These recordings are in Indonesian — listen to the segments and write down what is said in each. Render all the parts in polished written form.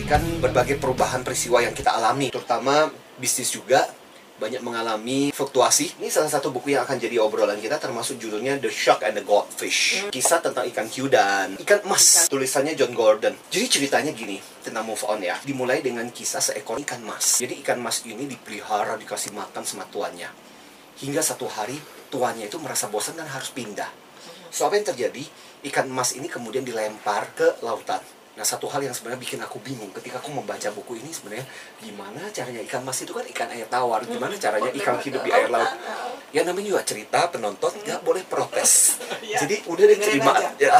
Kan berbagai perubahan peristiwa yang kita alami, terutama bisnis juga banyak mengalami fluktuasi. Ini salah satu buku yang akan jadi obrolan kita, termasuk judulnya The Shark and the Goldfish. Kisah tentang ikan hiu dan ikan emas. Tulisannya John Gordon. Jadi ceritanya gini, tentang move on ya. Dimulai dengan kisah seekor ikan mas. Jadi ikan mas ini dipelihara, dikasih makan sama tuannya. Hingga satu hari, tuannya itu merasa bosan dan harus pindah. So, apa yang terjadi? Ikan emas ini kemudian dilempar ke lautan. Nah, satu hal yang sebenarnya bikin aku bingung ketika aku membaca buku ini sebenarnya, gimana caranya ikan mas itu kan ikan air tawar, gimana caranya ikan hidup di air laut? Ya namanya juga cerita, penonton nggak boleh protes. Jadi udah deh terima ya.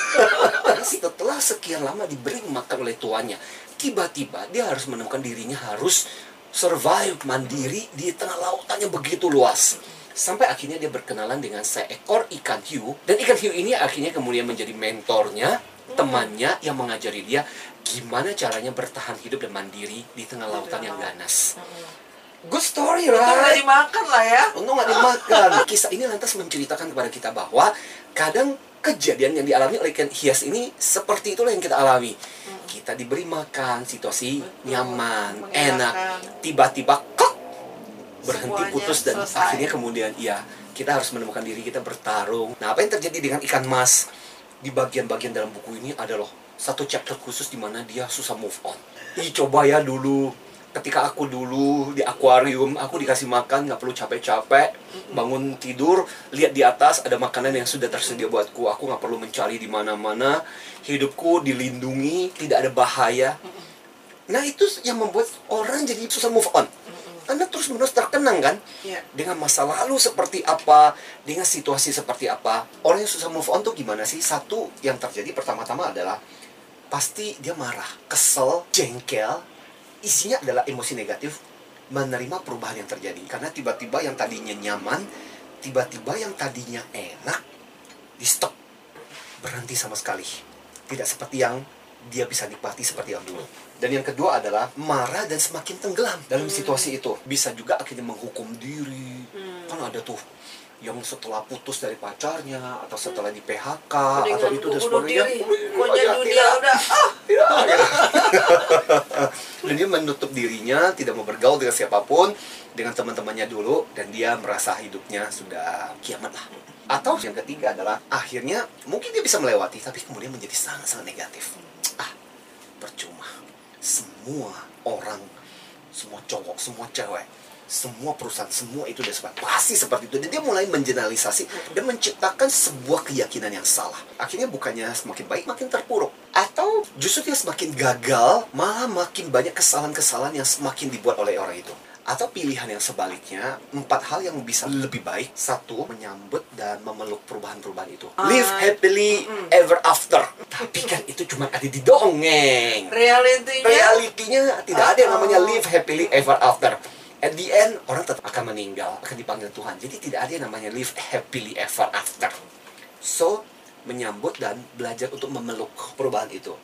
Setelah sekian lama diberi makan oleh tuannya, tiba-tiba dia harus menemukan dirinya harus survive mandiri di tengah lautan yang begitu luas. Sampai akhirnya dia berkenalan dengan seekor ikan hiu, dan ikan hiu ini akhirnya kemudian menjadi mentornya, temannya yang mengajari dia gimana caranya bertahan hidup dan mandiri di tengah lautan yang ganas. Good story, right? Untung nggak dimakan lah ya. Untung nggak dimakan. Kisah ini lantas menceritakan kepada kita bahwa kadang kejadian yang dialami oleh ikan hias ini seperti itulah yang kita alami. Kita diberi makan, situasi nyaman, enak, tiba-tiba kok berhenti, putus, dan akhirnya kemudian kita harus menemukan diri kita bertarung. Nah, apa yang terjadi dengan ikan mas? Di bagian-bagian dalam buku ini ada loh satu chapter khusus di mana dia susah move on. Coba ya dulu, ketika aku dulu di akuarium, aku dikasih makan, nggak perlu capek-capek, bangun tidur, lihat di atas ada makanan yang sudah tersedia buatku. Aku nggak perlu mencari di mana-mana, hidupku dilindungi, tidak ada bahaya. Nah, itu yang membuat orang jadi susah move on. Anda terus-menerus terkenang kan? Dengan masa lalu seperti apa, dengan situasi seperti apa. Orang yang susah move on tuh gimana sih? Satu yang terjadi pertama-tama adalah pasti dia marah, kesel, jengkel. Isinya adalah emosi negatif, menerima perubahan yang terjadi. Karena tiba-tiba yang tadinya nyaman, tiba-tiba yang tadinya enak, di stop, berhenti sama sekali. Tidak seperti yang dia bisa nikmati seperti yang dulu. Dan yang kedua adalah marah dan semakin tenggelam dalam situasi itu. Bisa juga akhirnya menghukum diri. Kan ada tuh yang setelah putus dari pacarnya, atau setelah di PHK, atau itu dan sebagainya. Dan dia menutup dirinya, tidak mau bergaul dengan siapapun, dengan teman-temannya dulu, dan dia merasa hidupnya sudah kiamat lah. Atau yang ketiga adalah akhirnya mungkin dia bisa melewati, tapi kemudian menjadi sangat-sangat negatif. Percuma. Semua orang, semua cowok, semua cewek, semua perusahaan, semua itu udah pasti seperti itu. Dan dia mulai mengeneralisasi dan menciptakan sebuah keyakinan yang salah. Akhirnya bukannya semakin baik, makin terpuruk. Atau justru dia semakin gagal, malah makin banyak kesalahan-kesalahan yang semakin dibuat oleh orang itu. Atau pilihan yang sebaliknya, 4 hal yang bisa lebih baik. 1, menyambut dan memeluk perubahan-perubahan itu. Live happily ever after. Tapi kan itu cuma ada di dongeng. Realitinya tidak ada yang namanya live happily ever after. At the end, orang tetap akan meninggal, akan dipanggil Tuhan. Jadi tidak ada yang namanya live happily ever after. So, menyambut dan belajar untuk memeluk perubahan itu.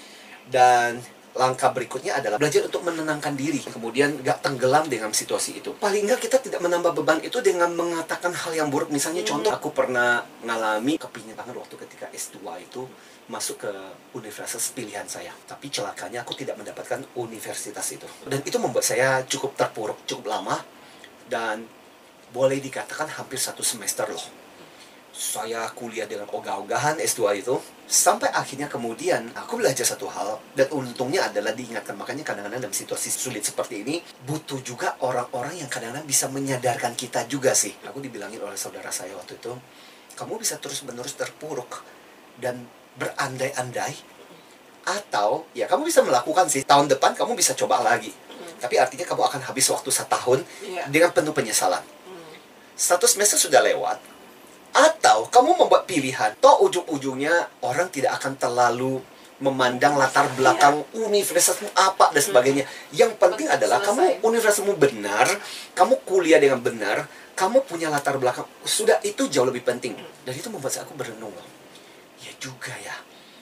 Dan langkah berikutnya adalah belajar untuk menenangkan diri, kemudian gak tenggelam dengan situasi itu. Paling nggak kita tidak menambah beban itu dengan mengatakan hal yang buruk. Misalnya contoh, aku pernah ngalami kepintaran waktu ketika S2 itu masuk ke universitas pilihan saya. Tapi celakanya aku tidak mendapatkan universitas itu. Dan itu membuat saya cukup terpuruk, cukup lama. Dan boleh dikatakan hampir 1 semester loh. Saya kuliah dengan ogah-ogahan S2 itu, sampai akhirnya kemudian aku belajar satu hal, dan untungnya adalah diingatkan. Makanya kadang-kadang dalam situasi sulit seperti ini, butuh juga orang-orang yang kadang-kadang bisa menyadarkan kita juga sih. Aku dibilangin oleh saudara saya waktu itu, kamu bisa terus-menerus terpuruk dan berandai-andai, atau ya kamu bisa melakukan sih, tahun depan kamu bisa coba lagi. Tapi artinya kamu akan habis waktu 1 tahun dengan penuh penyesalan. 1 semester sudah lewat. Atau kamu membuat pilihan, toh ujung-ujungnya orang tidak akan terlalu memandang latar belakang universitasmu apa dan sebagainya. Yang penting adalah kamu universitasmu benar, kamu kuliah dengan benar, kamu punya latar belakang, sudah, itu jauh lebih penting. Dan itu membuat aku berenung. Ya juga ya,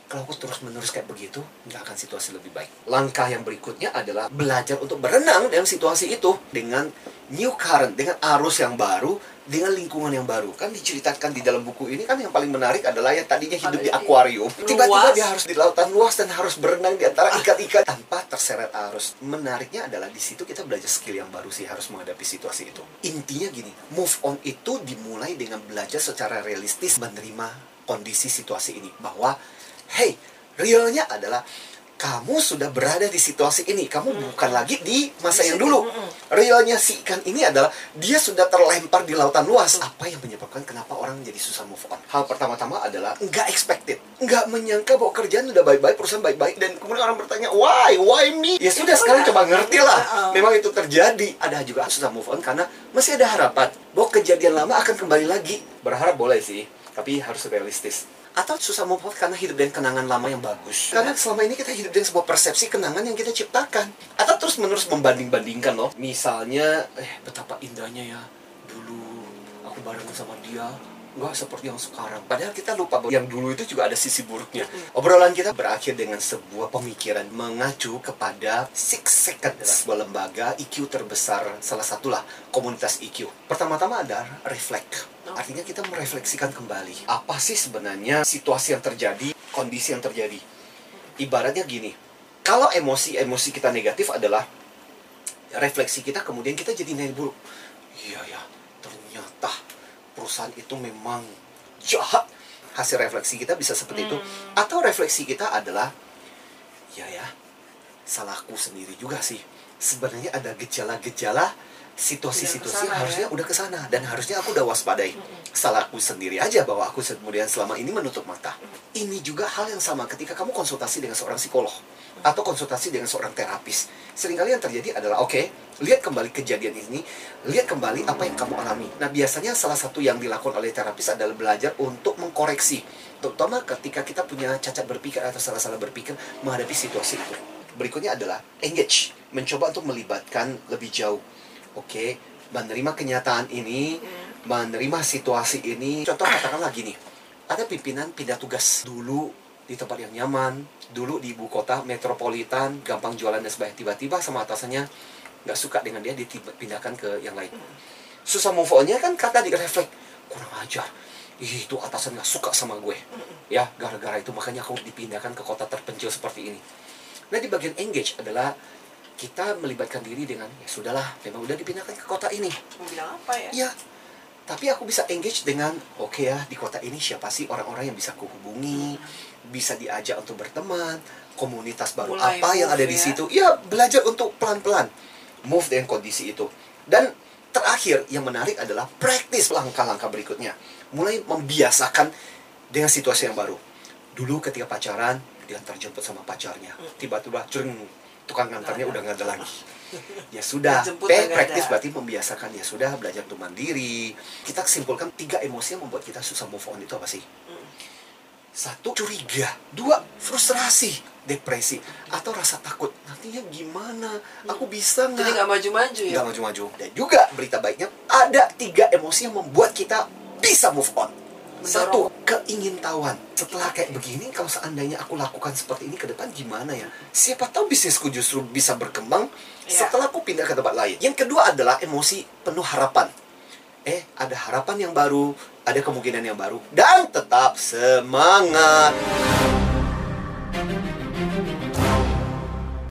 Kalau aku terus-menerus kayak begitu, nggak akan situasi lebih baik. Langkah yang berikutnya adalah belajar untuk berenang dalam situasi itu dengan new current, dengan arus yang baru, dengan lingkungan yang baru. Kan diceritakan di dalam buku ini kan yang paling menarik adalah yang tadinya hidup di akuarium. Tiba-tiba dia harus di lautan luas dan harus berenang di antara ikan-ikan tanpa terseret arus. Menariknya adalah di situ kita belajar skill yang baru sih, harus menghadapi situasi itu. Intinya gini, move on itu dimulai dengan belajar secara realistis menerima kondisi situasi ini. Bahwa hey, realnya adalah kamu sudah berada di situasi ini. Kamu bukan lagi di masa yang dulu. Realnya si ikan ini adalah dia sudah terlempar di lautan luas. Apa yang menyebabkan kenapa orang jadi susah move on? Hal pertama-tama adalah nggak expected. Nggak menyangka bahwa kerjaan udah baik-baik, perusahaan baik-baik. Dan kemudian orang bertanya, why me? Ya sudah, sekarang coba ngerti lah. Memang itu terjadi. Ada juga susah move on karena masih ada harapan bahwa kejadian lama akan kembali lagi. Berharap boleh sih, tapi harus realistis. Atau susah move on karena hidup dengan kenangan lama yang bagus. Karena selama ini kita hidup dengan sebuah persepsi kenangan yang kita ciptakan. Atau terus-menerus membanding-bandingkan loh. Misalnya, betapa indahnya ya dulu aku bareng sama dia. Nggak seperti yang sekarang. Padahal kita lupa bahwa yang dulu itu juga ada sisi buruknya. Obrolan kita berakhir dengan sebuah pemikiran mengacu kepada Six Seconds, sebuah lembaga IQ terbesar, salah satulah komunitas IQ. Pertama-tama ada reflect. Artinya kita merefleksikan kembali. Apa sih sebenarnya situasi yang terjadi, kondisi yang terjadi. Ibaratnya gini, kalau emosi kita negatif adalah refleksi kita, kemudian kita jadi nilai buruk. Iya ya, ternyata perusahaan itu memang jahat. Hasil refleksi kita bisa seperti itu. Atau refleksi kita adalah, ya salahku sendiri juga sih. Sebenarnya ada gejala-gejala situasi-situasi harusnya udah kesana dan harusnya aku udah waspadai. Salahku sendiri aja bahwa aku kemudian selama ini menutup mata. Ini juga hal yang sama ketika kamu konsultasi dengan seorang psikolog atau konsultasi dengan seorang terapis. Seringkali yang terjadi adalah, lihat kembali kejadian ini, lihat kembali apa yang kamu alami. Nah, biasanya salah satu yang dilakukan oleh terapis adalah belajar untuk mengkoreksi, terutama ketika kita punya cacat berpikir atau salah-salah berpikir menghadapi situasi itu. Berikutnya adalah engage, mencoba untuk melibatkan lebih jauh. Menerima kenyataan ini, menerima situasi ini. Contoh katakanlah gini, ada pimpinan pindah tugas dulu di tempat yang nyaman, dulu di ibu kota metropolitan, gampang jualan dan sebagainya. Tiba-tiba sama atasannya nggak suka dengan dia, dipindahkan ke yang lain. Susah move on-nya kan kata di reflect, kurang ajar. Itu atasan nggak suka sama gue. Ya, gara-gara itu makanya aku dipindahkan ke kota terpencil seperti ini. Nah, di bagian engage adalah kita melibatkan diri dengan, ya sudahlah, memang udah dipindahkan ke kota ini. Mau bilang apa ya? Ya, tapi aku bisa engage dengan, di kota ini siapa sih orang-orang yang bisa kuhubungi, bisa diajak untuk berteman, komunitas baru Mulai apa yang ada di situ. Ya, belajar untuk pelan-pelan move dengan kondisi itu. Dan terakhir, yang menarik adalah praktis langkah-langkah berikutnya. Mulai membiasakan dengan situasi yang baru. Dulu ketika pacaran, dia terjemput sama pacarnya. Tiba-tiba, tukang ngantarnya udah nggak ada lagi. Ya sudah, praktis berarti membiasakan. Ya sudah, belajar untuk mandiri. Kita simpulkan 3 emosi yang membuat kita susah move on itu apa sih? 1, curiga. 2, frustrasi, depresi, atau rasa takut. Nantinya gimana? Aku bisa nggak? Jadi nggak maju-maju ya? Nggak maju-maju. Dan juga berita baiknya, ada 3 emosi yang membuat kita bisa move on. 1, keingintahuan. Setelah kayak begini, kalau seandainya aku lakukan seperti ini ke depan gimana ya? Siapa tahu bisnisku justru bisa berkembang setelah aku pindah ke tempat lain. Yang kedua adalah emosi penuh harapan. Ada harapan yang baru, ada kemungkinan yang baru. Dan tetap semangat.